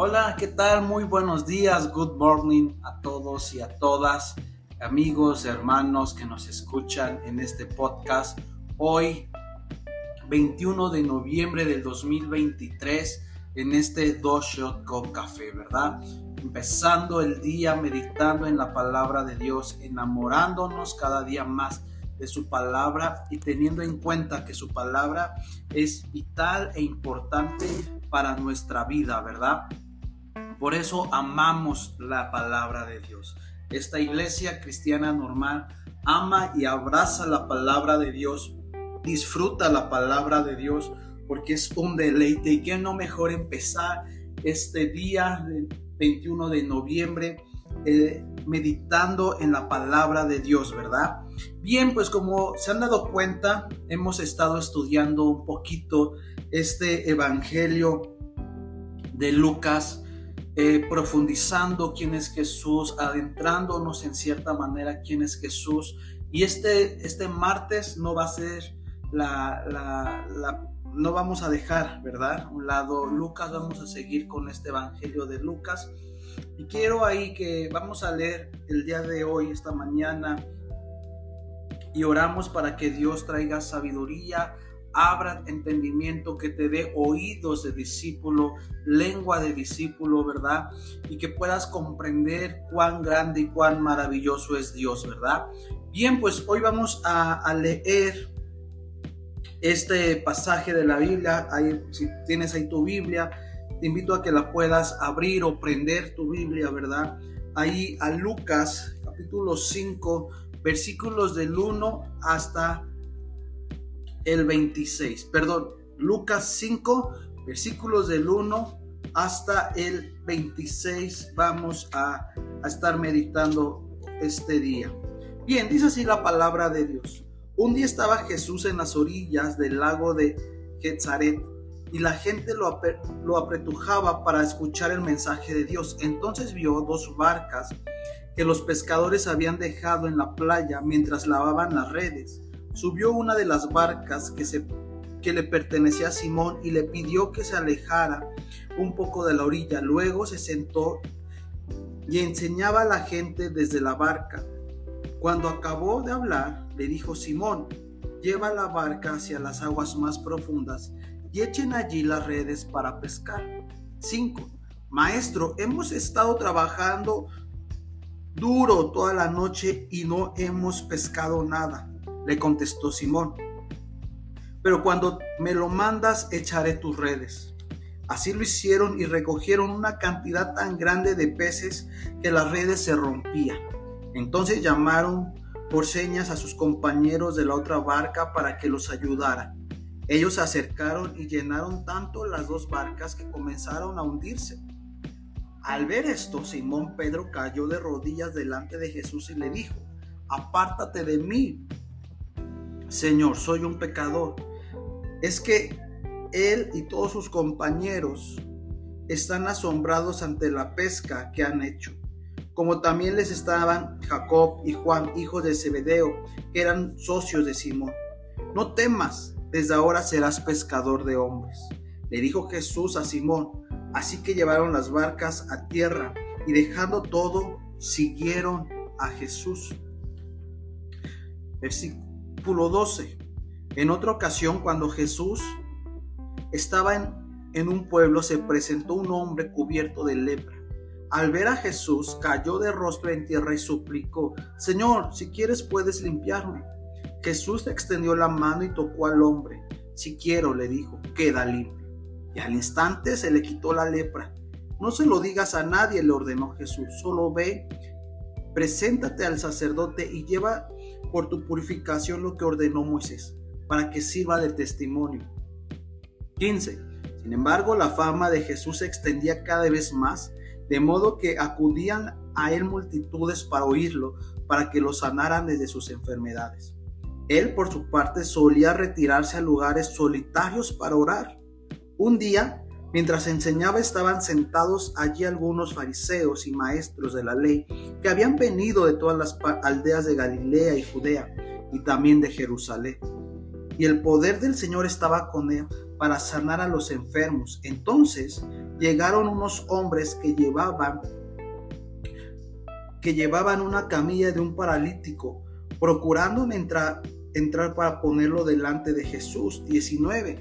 Hola, ¿qué tal? Muy buenos días, good morning a todos y a todas, amigos, hermanos que nos escuchan en este podcast. Hoy, 21 de noviembre del 2023, en este 2 Shot con Café, ¿verdad? Empezando el día meditando en la palabra de Dios, enamorándonos cada día más de su palabra y teniendo en cuenta que su palabra es vital e importante para nuestra vida, ¿verdad? Por eso amamos la palabra de Dios. Esta iglesia cristiana normal ama y abraza la palabra de Dios, disfruta la palabra de Dios porque es un deleite. Y qué no mejor empezar este día del 21 de noviembre meditando en la palabra de Dios, ¿verdad? Bien, pues como se han dado cuenta, hemos estado estudiando un poquito este evangelio de Lucas, profundizando quién es Jesús, adentrándonos en cierta manera quién es Jesús. Y este martes no va a ser no vamos a dejar, ¿verdad?, un lado Lucas, vamos a seguir con este evangelio de Lucas. Y quiero ahí que vamos a leer el día de hoy, esta mañana, y oramos para que Dios traiga sabiduría, abra entendimiento, que te dé oídos de discípulo, lengua de discípulo, ¿verdad? Y que puedas comprender cuán grande y cuán maravilloso es Dios, ¿verdad? Bien, pues hoy vamos a leer este pasaje de la Biblia. Ahí, si tienes ahí tu Biblia, te invito a que la puedas abrir o prender tu Biblia, ¿verdad? Ahí a Lucas, capítulo 5, versículos del 1 hasta el 26. Perdón, Lucas 5, versículos del 1 hasta el 26. Vamos a estar meditando este día. Bien, dice así la palabra de Dios. Un día estaba Jesús en las orillas del lago de Getzaret, y la gente lo apretujaba para escuchar el mensaje de Dios. Entonces vio dos barcas que los pescadores habían dejado en la playa mientras lavaban las redes. Subió una de las barcas que le pertenecía a Simón y le pidió que se alejara un poco de la orilla. Luego se sentó y enseñaba a la gente desde la barca. Cuando acabó de hablar, le dijo: Simón, lleva la barca hacia las aguas más profundas y echen allí las redes para pescar. 5. Maestro, hemos estado trabajando duro toda la noche y no hemos pescado nada, le contestó Simón. Pero cuando me lo mandas, echaré tus redes. Así lo hicieron y recogieron una cantidad tan grande de peces que las redes se rompían. Entonces llamaron por señas a sus compañeros de la otra barca para que los ayudaran. Ellos se acercaron y llenaron tanto las dos barcas que comenzaron a hundirse. Al ver esto, Simón Pedro cayó de rodillas delante de Jesús y le dijo: Apártate de mí, Señor, soy un pecador. Es que él y todos sus compañeros están asombrados ante la pesca que han hecho, como también les estaban Jacob y Juan, hijos de Zebedeo, que eran socios de Simón. No temas, desde ahora serás pescador de hombres, le dijo Jesús a Simón. Así que llevaron las barcas a tierra y dejando todo, siguieron a Jesús. Versículo 12. En otra ocasión, cuando Jesús estaba en un pueblo, se presentó un hombre cubierto de lepra. Al ver a Jesús, cayó de rostro en tierra y suplicó: Señor, si quieres puedes limpiarme. Jesús extendió la mano y tocó al hombre. Si quiero, le dijo, queda limpio. Y al instante se le quitó la lepra. No se lo digas a nadie, le ordenó Jesús. Solo ve, preséntate al sacerdote y lleva por tu purificación lo que ordenó Moisés, para que sirva de testimonio. 15. Sin embargo, la fama de Jesús se extendía cada vez más, de modo que acudían a él multitudes para oírlo, para que lo sanaran desde sus enfermedades. Él, por su parte, solía retirarse a lugares solitarios para orar. Un día, mientras enseñaba, estaban sentados allí algunos fariseos y maestros de la ley que habían venido de todas las aldeas de Galilea y Judea y también de Jerusalén. Y el poder del Señor estaba con él para sanar a los enfermos. Entonces llegaron unos hombres que llevaban una camilla de un paralítico, procurando entrar para ponerlo delante de Jesús. 19.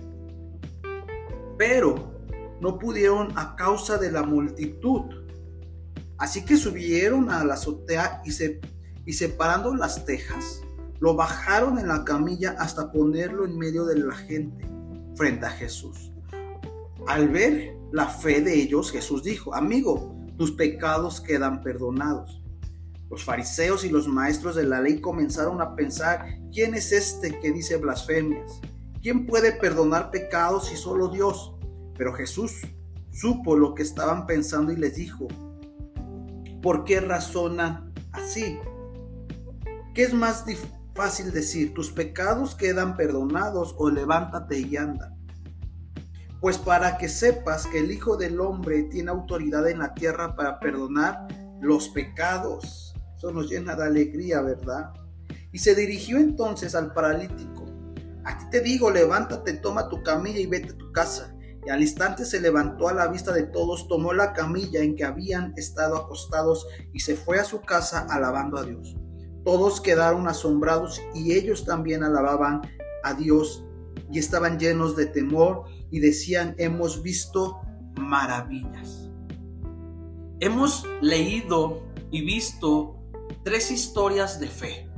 Pero no pudieron a causa de la multitud. Así que subieron a la azotea y separando las tejas, lo bajaron en la camilla hasta ponerlo en medio de la gente, frente a Jesús. Al ver la fe de ellos, Jesús dijo: amigo, tus pecados quedan perdonados. Los fariseos y los maestros de la ley comenzaron a pensar: ¿quién es este que dice blasfemias? ¿Quién puede perdonar pecados si solo Dios? Pero Jesús supo lo que estaban pensando y les dijo: ¿por qué razonan así? ¿Qué es más fácil decir: tus pecados quedan perdonados, o levántate y anda? Pues para que sepas que el Hijo del Hombre tiene autoridad en la tierra para perdonar los pecados. Eso nos llena de alegría, ¿verdad? Y se dirigió entonces al paralítico: a ti te digo, levántate, toma tu camilla y vete a tu casa. Y al instante se levantó a la vista de todos, tomó la camilla en que habían estado acostados y se fue a su casa alabando a Dios. Todos quedaron asombrados y ellos también alababan a Dios y estaban llenos de temor y decían: hemos visto maravillas. Hemos leído y visto 3 historias de fe.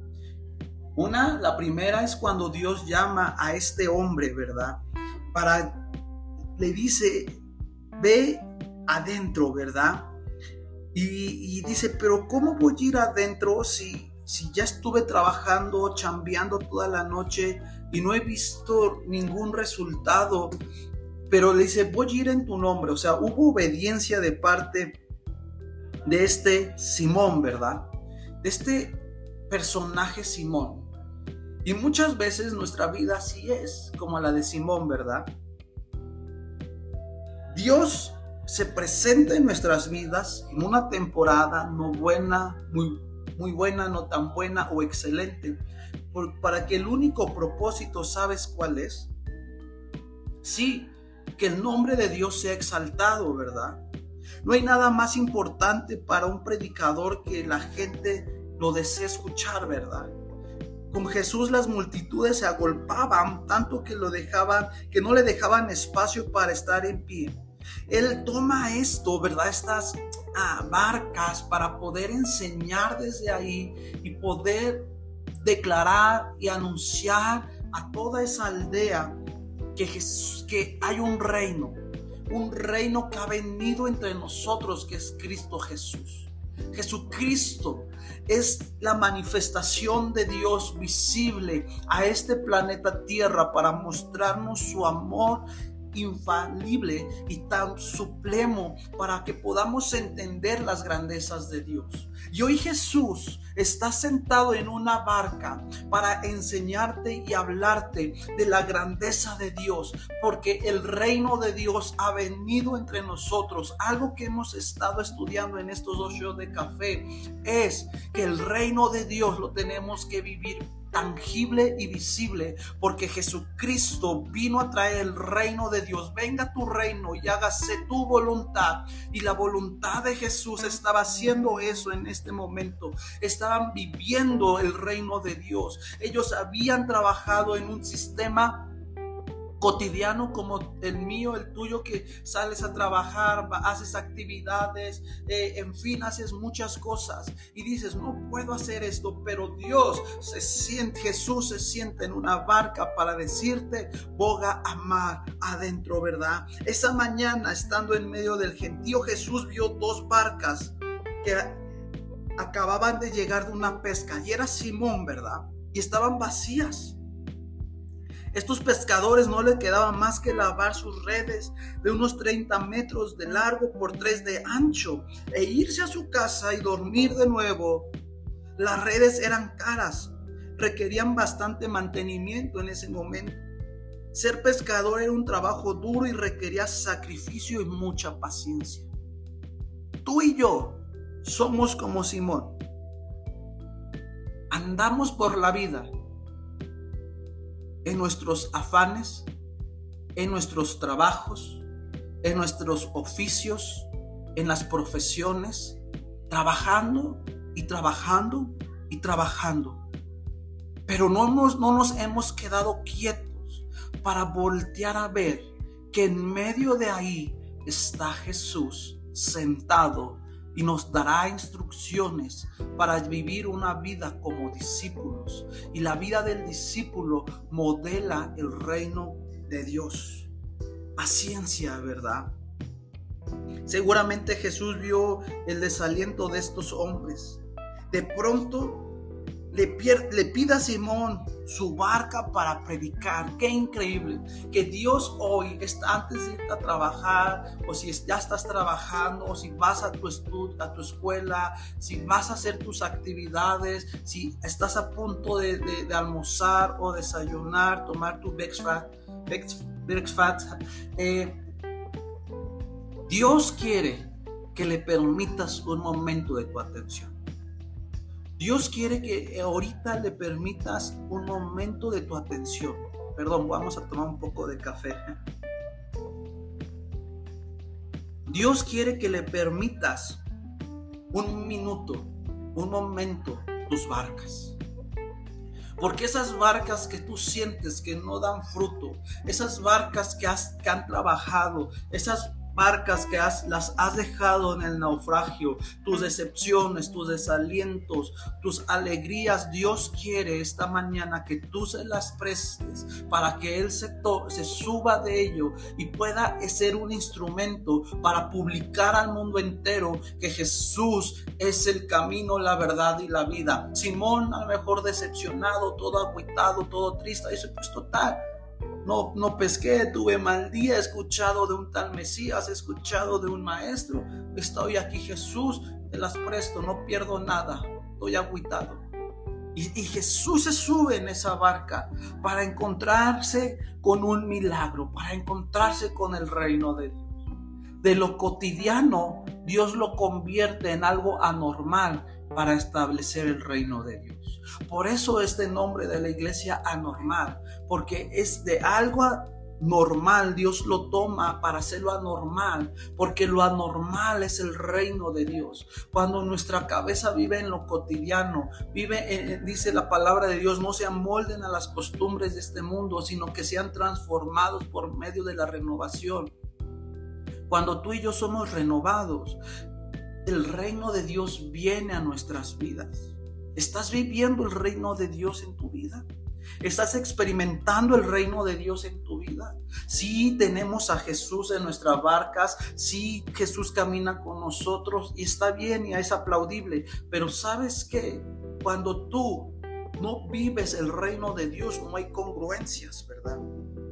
La primera es cuando Dios llama a este hombre, ¿verdad? Le dice: ve adentro, ¿verdad? Y dice: pero ¿cómo voy a ir adentro si ya estuve trabajando, chambeando toda la noche y no he visto ningún resultado? Pero le dice: voy a ir en tu nombre. O sea, hubo obediencia de parte de este Simón, ¿verdad? De este personaje Simón. Y muchas veces nuestra vida así es, como la de Simón, ¿verdad? Dios se presenta en nuestras vidas en una temporada no buena, muy buena, no tan buena o excelente, para que el único propósito, ¿sabes cuál es? Sí, que el nombre de Dios sea exaltado, ¿verdad? No hay nada más importante para un predicador que la gente lo desee escuchar, ¿verdad? Con Jesús las multitudes se agolpaban tanto que no le dejaban espacio para estar en pie. Él toma esto, ¿verdad? Estas barcas para poder enseñar desde ahí y poder declarar y anunciar a toda esa aldea que hay un reino que ha venido entre nosotros, que es Cristo Jesús. Jesucristo es la manifestación de Dios visible a este planeta Tierra para mostrarnos su amor infalible y tan supremo para que podamos entender las grandezas de Dios. Y hoy Jesús está sentado en una barca para enseñarte y hablarte de la grandeza de Dios, porque el reino de Dios ha venido entre nosotros. Algo que hemos estado estudiando en estos 2 shows de café es que el reino de Dios lo tenemos que vivir tangible y visible, porque Jesucristo vino a traer el reino de Dios. Venga tu reino y hágase tu voluntad. Y la voluntad de Jesús estaba haciendo eso en este momento. Estaban viviendo el reino de Dios. Ellos habían trabajado en un sistema cotidiano como el mío, el tuyo, que sales a trabajar, haces actividades, en fin, haces muchas cosas y dices: no puedo hacer esto, pero Jesús se sienta en una barca para decirte: boga a mar adentro, ¿verdad? Esa mañana, estando en medio del gentío, Jesús vio 2 barcas que acababan de llegar de una pesca, y era Simón, ¿verdad? Y estaban vacías. Estos pescadores no les quedaba más que lavar sus redes de unos 30 metros de largo por 3 de ancho e irse a su casa y dormir de nuevo. Las redes eran caras, requerían bastante mantenimiento en ese momento. Ser pescador era un trabajo duro y requería sacrificio y mucha paciencia. Tú y yo somos como Simón. Andamos por la vida en nuestros afanes, en nuestros trabajos, en nuestros oficios, en las profesiones, trabajando y trabajando y trabajando. Pero no nos hemos quedado quietos para voltear a ver que en medio de ahí está Jesús sentado y nos dará instrucciones para vivir una vida como discípulos. Y la vida del discípulo modela el reino de Dios a ciencia, ¿verdad? Seguramente Jesús vio el desaliento de estos hombres. De pronto le pide a Simón su barca para predicar. Qué increíble que Dios hoy está, antes de irte a trabajar, o si ya estás trabajando, o si vas a tu escuela, si vas a hacer tus actividades, si estás a punto de almorzar o desayunar, tomar tu breakfast, Dios quiere que le permitas un momento de tu atención. Dios quiere que ahorita le permitas un momento de tu atención. Perdón, vamos a tomar un poco de café. Dios quiere que le permitas un minuto, un momento, tus barcas. Porque esas barcas que tú sientes que no dan fruto, esas barcas que han trabajado, esas barcas que las has dejado en el naufragio, tus decepciones, tus desalientos, tus alegrías, Dios quiere esta mañana que tú se las prestes para que Él se suba de ello y pueda ser un instrumento para publicar al mundo entero que Jesús es el camino, la verdad y la vida. Simón, a lo mejor decepcionado, todo agüitado, todo triste, dice, pues total, no pesqué, tuve mal día, he escuchado de un tal Mesías, he escuchado de un maestro, estoy aquí, Jesús, te las presto, no pierdo nada, estoy agüitado. Y Jesús se sube en esa barca para encontrarse con un milagro, para encontrarse con el reino de Dios. De lo cotidiano, Dios lo convierte en algo anormal para establecer el reino de Dios. Por eso este nombre de la iglesia, Anormal, porque es de algo normal, Dios lo toma para hacerlo anormal, porque lo anormal es el reino de Dios. Cuando nuestra cabeza vive en lo cotidiano, dice la palabra de Dios, no se amolden a las costumbres de este mundo, sino que sean transformados por medio de la renovación. Cuando tú y yo somos renovados, el reino de Dios viene a nuestras vidas. ¿Estás viviendo el reino de Dios en tu vida? ¿Estás experimentando el reino de Dios en tu vida? Sí, tenemos a Jesús en nuestras barcas. Sí, Jesús camina con nosotros y está bien y es aplaudible. Pero ¿sabes qué? Cuando tú no vives el reino de Dios, no hay congruencias, ¿verdad?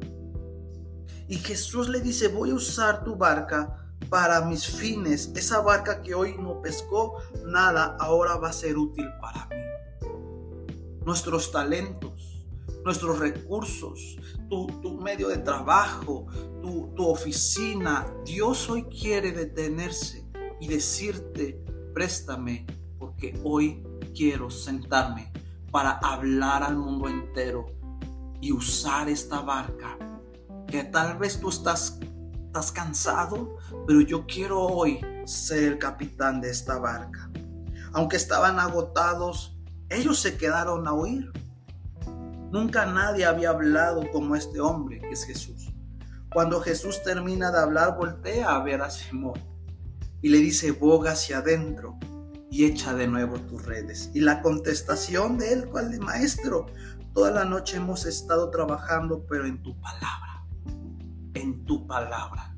Y Jesús le dice, voy a usar tu barca para mis fines. Esa barca que hoy no pescó nada, ahora va a ser útil para mí. Nuestros talentos, nuestros recursos, tu medio de trabajo, tu oficina, Dios hoy quiere detenerse y decirte, préstame, porque hoy quiero sentarme para hablar al mundo entero y usar esta barca, que tal vez tú estás cansado, pero yo quiero hoy ser el capitán de esta barca. Aunque estaban agotados, ellos se quedaron a oír. Nunca nadie había hablado como este hombre, que es Jesús. Cuando Jesús termina de hablar, voltea a ver a Simón y le dice, boga hacia adentro y echa de nuevo tus redes. Y la contestación de él, ¿cuál de maestro? Toda la noche hemos estado trabajando, pero en tu palabra. En tu palabra.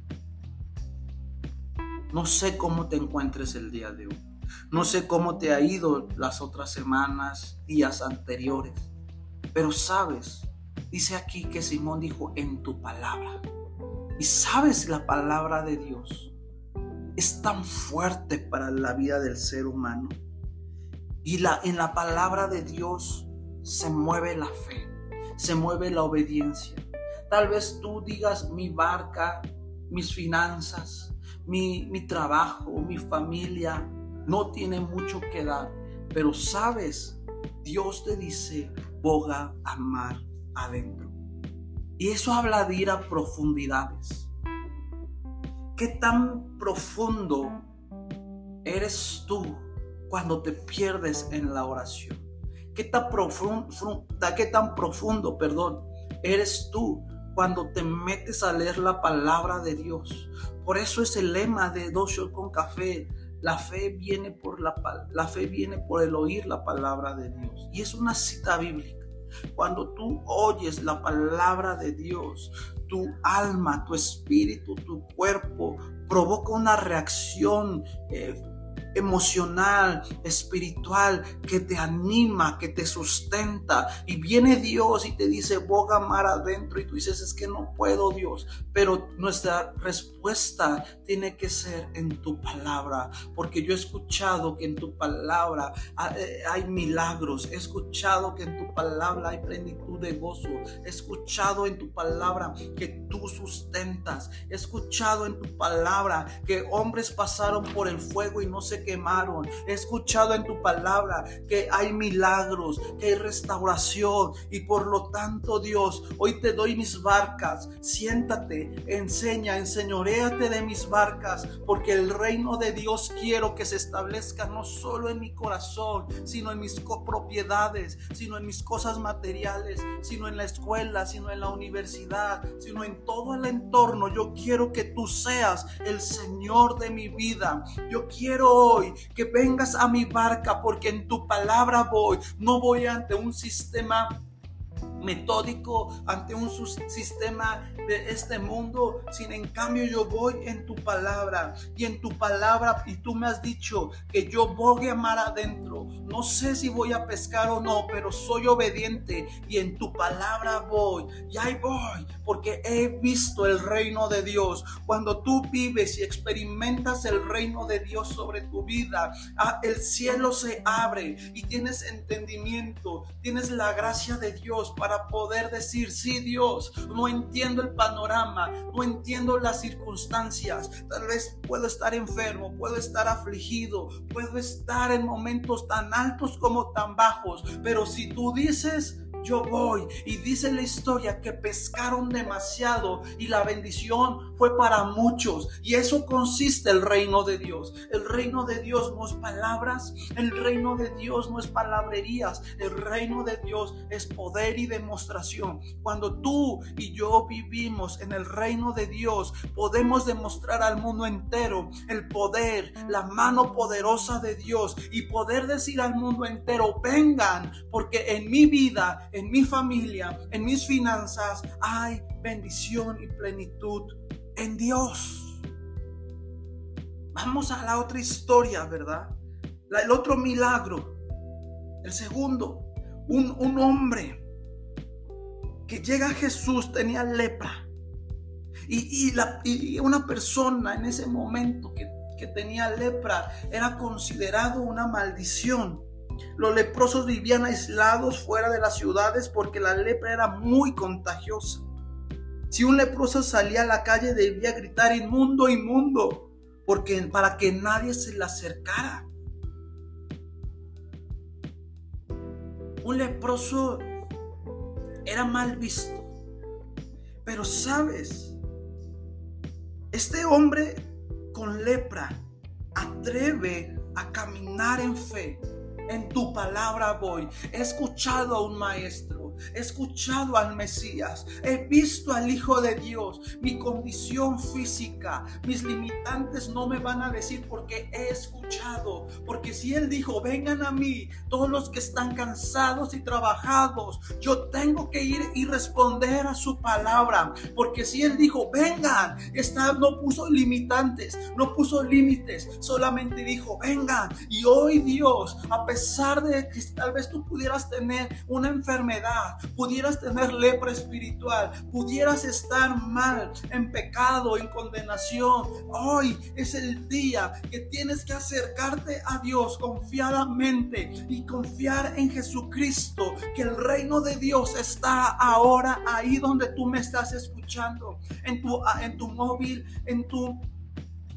No sé cómo te encuentres el día de hoy. No sé cómo te ha ido las otras semanas, días anteriores. Pero sabes, dice aquí que Simón dijo, en tu palabra. Y sabes, la palabra de Dios es tan fuerte para la vida del ser humano. Y en la palabra de Dios se mueve la fe, se mueve la obediencia. Tal vez tú digas, mi barca, mis finanzas, mi trabajo, mi familia no tiene mucho que dar. Pero sabes, Dios te dice, boga a mar adentro. Y eso habla de ir a profundidades. ¿Qué tan profundo eres tú cuando te pierdes en la oración? ¿Qué tan profundo, eres tú cuando te metes a leer la palabra de Dios? Por eso es el lema de 2 Shots con Café. La fe viene por el oír la palabra de Dios. Y es una cita bíblica. Cuando tú oyes la palabra de Dios, tu alma, tu espíritu, tu cuerpo provoca una reacción emocional, espiritual, que te anima, que te sustenta, y viene Dios y te dice boga mar adentro, y tú dices es que no puedo, Dios, pero nuestra respuesta tiene que ser en tu palabra, porque yo he escuchado que en tu palabra hay milagros, he escuchado que en tu palabra hay plenitud de gozo, he escuchado en tu palabra que tú sustentas, he escuchado en tu palabra que hombres pasaron por el fuego y no se quemaron, he escuchado en tu palabra que hay milagros, que hay restauración, y por lo tanto, Dios, hoy te doy mis barcas. Siéntate, enseñoréate de mis barcas, porque el reino de Dios quiero que se establezca no solo en mi corazón, sino en mis propiedades, sino en mis cosas materiales, sino en la escuela, sino en la universidad, sino en todo el entorno. Yo quiero que tú seas el Señor de mi vida. Yo quiero hoy que vengas a mi barca, porque en tu palabra voy. No voy ante un sistema metódico, ante un sistema de este mundo, sino en cambio yo voy en tu palabra, y en tu palabra, y tú me has dicho que yo voy a mar adentro. No sé si voy a pescar o no, pero soy obediente y en tu palabra voy, y ahí voy, porque he visto el reino de Dios. Cuando tú vives y experimentas el reino de Dios sobre tu vida, el cielo se abre y tienes entendimiento, tienes la gracia de Dios para poder decir, sí, Dios, no entiendo el panorama, no entiendo las circunstancias, tal vez puedo estar enfermo, puedo estar afligido, puedo estar en momentos tan altos como tan bajos, pero si tú dices, yo voy. Y dice la historia que pescaron demasiado y la bendición fue para muchos, y eso consiste el reino de Dios. El reino de Dios no es palabras, el reino de Dios no es palabrerías, el reino de Dios es poder y demostración. Cuando tú y yo vivimos en el reino de Dios, podemos demostrar al mundo entero el poder, la mano poderosa de Dios, y poder decir al mundo entero, vengan, porque en mi vida, en mi familia, en mis finanzas hay bendición y plenitud en Dios. Vamos a la otra historia, ¿verdad? El otro milagro, el segundo, un hombre que llega a Jesús, tenía lepra, y una persona en ese momento que tenía lepra era considerado una maldición. Los leprosos vivían aislados fuera de las ciudades porque la lepra era muy contagiosa. Si un leproso salía a la calle, debía gritar inmundo, inmundo, para que nadie se le acercara. Un leproso era mal visto. Pero sabes, este hombre con lepra atreve a caminar en fe. En tu palabra voy. He escuchado a un maestro, he escuchado al Mesías, he visto al Hijo de Dios. Mi condición física, mis limitantes no me van a decir, porque he escuchado. Porque si Él dijo, vengan a mí todos los que están cansados y trabajados, yo tengo que ir y responder a su palabra. Porque si Él dijo, vengan, no puso limitantes, no puso límites, solamente dijo, vengan. Y hoy Dios, a pesar de que tal vez tú pudieras tener una enfermedad, pudieras tener lepra espiritual, pudieras estar mal, en pecado, en condenación, hoy es el día que tienes que acercarte a Dios confiadamente y confiar en Jesucristo, que el reino de Dios está ahora ahí donde tú me estás escuchando, en tu móvil, en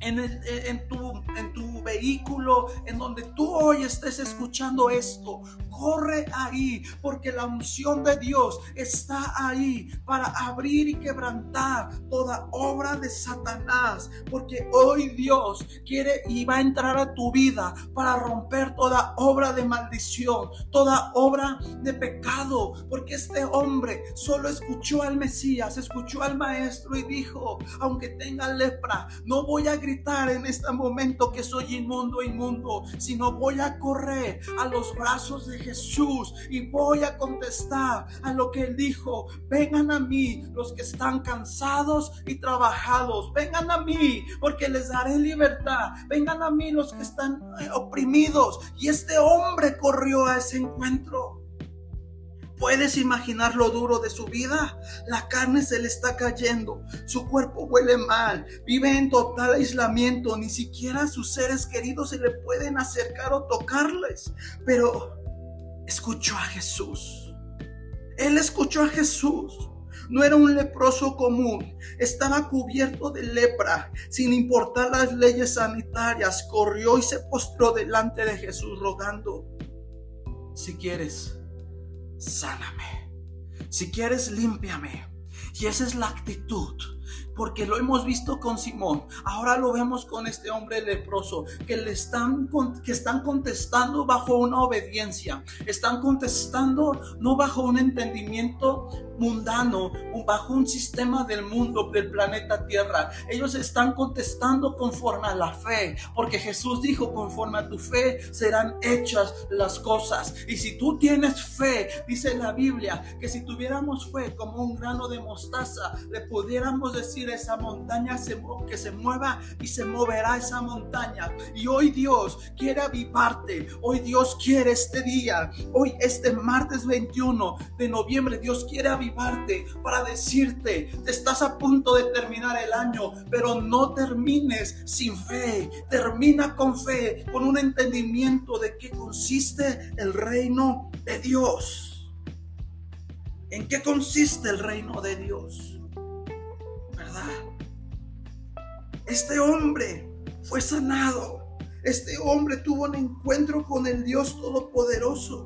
en tu vehículo, en donde tú hoy estés escuchando esto, corre ahí, porque la unción de Dios está ahí para abrir y quebrantar toda obra de Satanás, porque hoy Dios quiere y va a entrar a tu vida para romper toda obra de maldición, toda obra de pecado, porque este hombre solo escuchó al Mesías, escuchó al Maestro y dijo: aunque tenga lepra, no voy a gritar en este momento que soy inmundo, sino voy a correr a los brazos de Jesús y voy a contestar a lo que Él dijo: vengan a mí los que están cansados y trabajados, vengan a mí porque les daré libertad, vengan a mí los que están oprimidos. Y este hombre corrió a ese encuentro. ¿Puedes imaginar lo duro de su vida? La carne se le está cayendo, su cuerpo huele mal, vive en total aislamiento, ni siquiera sus seres queridos se le pueden acercar o tocarles. Pero escuchó a Jesús. Él escuchó a Jesús. No era un leproso común, estaba cubierto de lepra. Sin importar las leyes sanitarias, corrió y se postró delante de Jesús rogando: si quieres, sáname. Si quieres, límpiame. Y esa es la actitud, porque lo hemos visto con Simón, ahora lo vemos con este hombre leproso, que están contestando bajo una obediencia, están contestando no bajo un entendimiento mundano, bajo un sistema del mundo, del planeta Tierra. Ellos están contestando conforme a la fe, porque Jesús dijo: conforme a tu fe serán hechas las cosas. Y si tú tienes fe, dice la Biblia, que si tuviéramos fe como un grano de mostaza, le pudiéramos decir a esa montaña que se mueva, y se moverá esa montaña. Y hoy Dios quiere avivarte, hoy Dios quiere este día, hoy este martes 21 de noviembre, Dios quiere avivarte para decirte: estás a punto de terminar el año, pero no termines sin fe, termina con fe, con un entendimiento de qué consiste el reino de Dios. ¿En qué consiste el reino de Dios? ¿Verdad? Este hombre fue sanado. Este hombre tuvo un encuentro con el Dios Todopoderoso.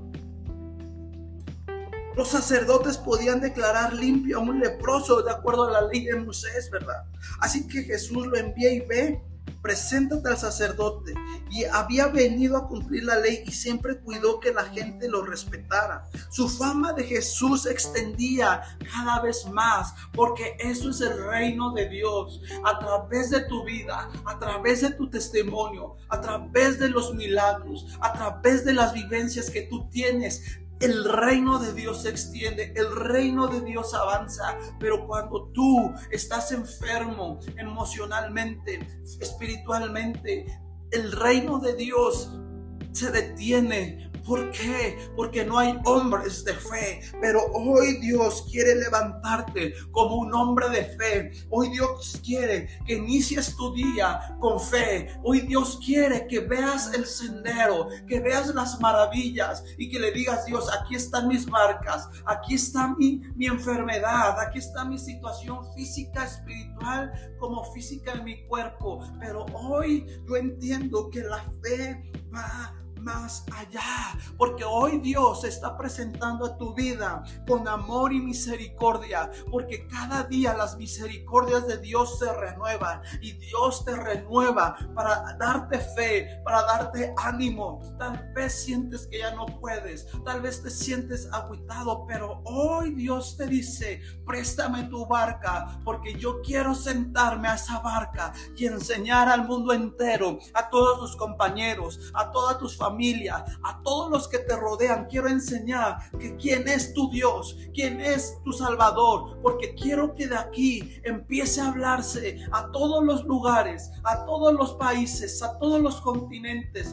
Los sacerdotes podían declarar limpio a un leproso de acuerdo a la ley de Moisés, ¿verdad? Así que Jesús lo envía y ve: preséntate al sacerdote. Y había venido a cumplir la ley y siempre cuidó que la gente lo respetara. Su fama de Jesús se extendía cada vez más, porque eso es el reino de Dios. A través de tu vida, a través de tu testimonio, a través de los milagros, a través de las vivencias que tú tienes, el reino de Dios se extiende, el reino de Dios avanza. Pero cuando tú estás enfermo emocionalmente, espiritualmente, el reino de Dios se detiene. ¿Por qué? Porque no hay hombres de fe. Pero hoy Dios quiere levantarte como un hombre de fe. Hoy Dios quiere que inicies tu día con fe. Hoy Dios quiere que veas el sendero, que veas las maravillas y que le digas: Dios, aquí están mis marcas, aquí está mi enfermedad, aquí está mi situación física, espiritual, como física en mi cuerpo. Pero hoy yo entiendo que la fe va más allá, porque hoy Dios se está presentando a tu vida con amor y misericordia, porque cada día las misericordias de Dios se renuevan y Dios te renueva para darte fe, para darte ánimo. Tal vez sientes que ya no puedes, tal vez te sientes agüitado, pero hoy Dios te dice: préstame tu barca, porque yo quiero sentarme a esa barca y enseñar al mundo entero, a todos tus compañeros, a todas tus familias, a todos los que te rodean. Quiero enseñar que quién es tu Dios, quién es tu Salvador, porque quiero que de aquí empiece a hablarse a todos los lugares, a todos los países, a todos los continentes,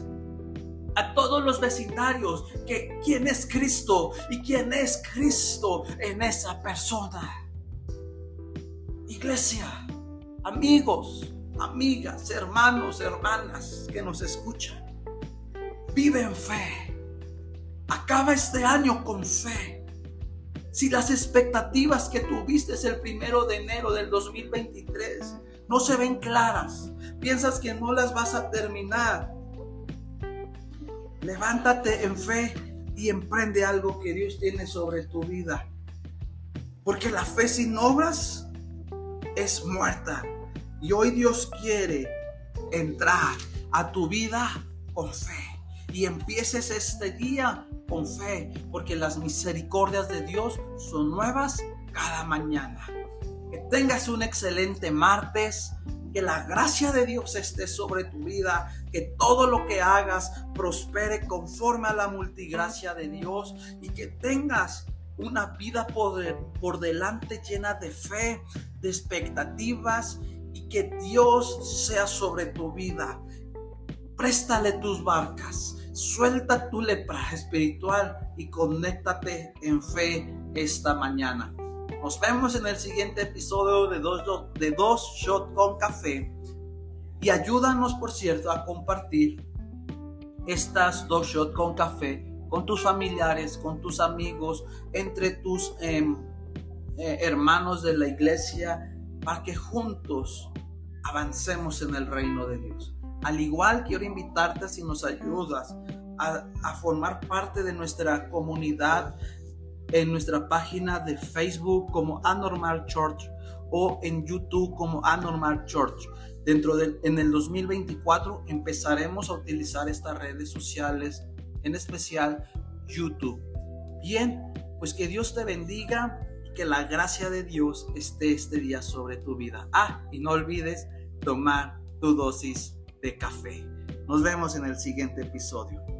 a todos los vecindarios, que quién es Cristo y quién es Cristo en esa persona. Iglesia, amigos, amigas, hermanos, hermanas que nos escuchan, vive en fe. Acaba este año con fe. Si las expectativas que tuviste el 1 de enero del 2023 no se ven claras, piensas que no las vas a terminar. Levántate en fe y emprende algo que Dios tiene sobre tu vida. Porque la fe sin obras es muerta. Y hoy Dios quiere entrar a tu vida con fe. Y empieces este día con fe. Porque las misericordias de Dios son nuevas cada mañana. Que tengas un excelente martes. Que la gracia de Dios esté sobre tu vida, que todo lo que hagas prospere conforme a la multigracia de Dios y que tengas una vida por delante llena de fe, de expectativas y que Dios sea sobre tu vida. Préstale tus barcas, suelta tu lepra espiritual y conéctate en fe esta mañana. Nos vemos en el siguiente episodio de Dos Shots con Café. Y ayúdanos, por cierto, a compartir estas 2 shots con café con tus familiares, con tus amigos, entre tus hermanos de la iglesia, para que juntos avancemos en el reino de Dios. Al igual, quiero invitarte, si nos ayudas a formar parte de nuestra comunidad en nuestra página de Facebook como Anormal Church o en YouTube como Anormal Church. En el 2024 empezaremos a utilizar estas redes sociales, en especial YouTube. Bien, pues que Dios te bendiga y que la gracia de Dios esté este día sobre tu vida. Y no olvides tomar tu dosis de café. Nos vemos en el siguiente episodio.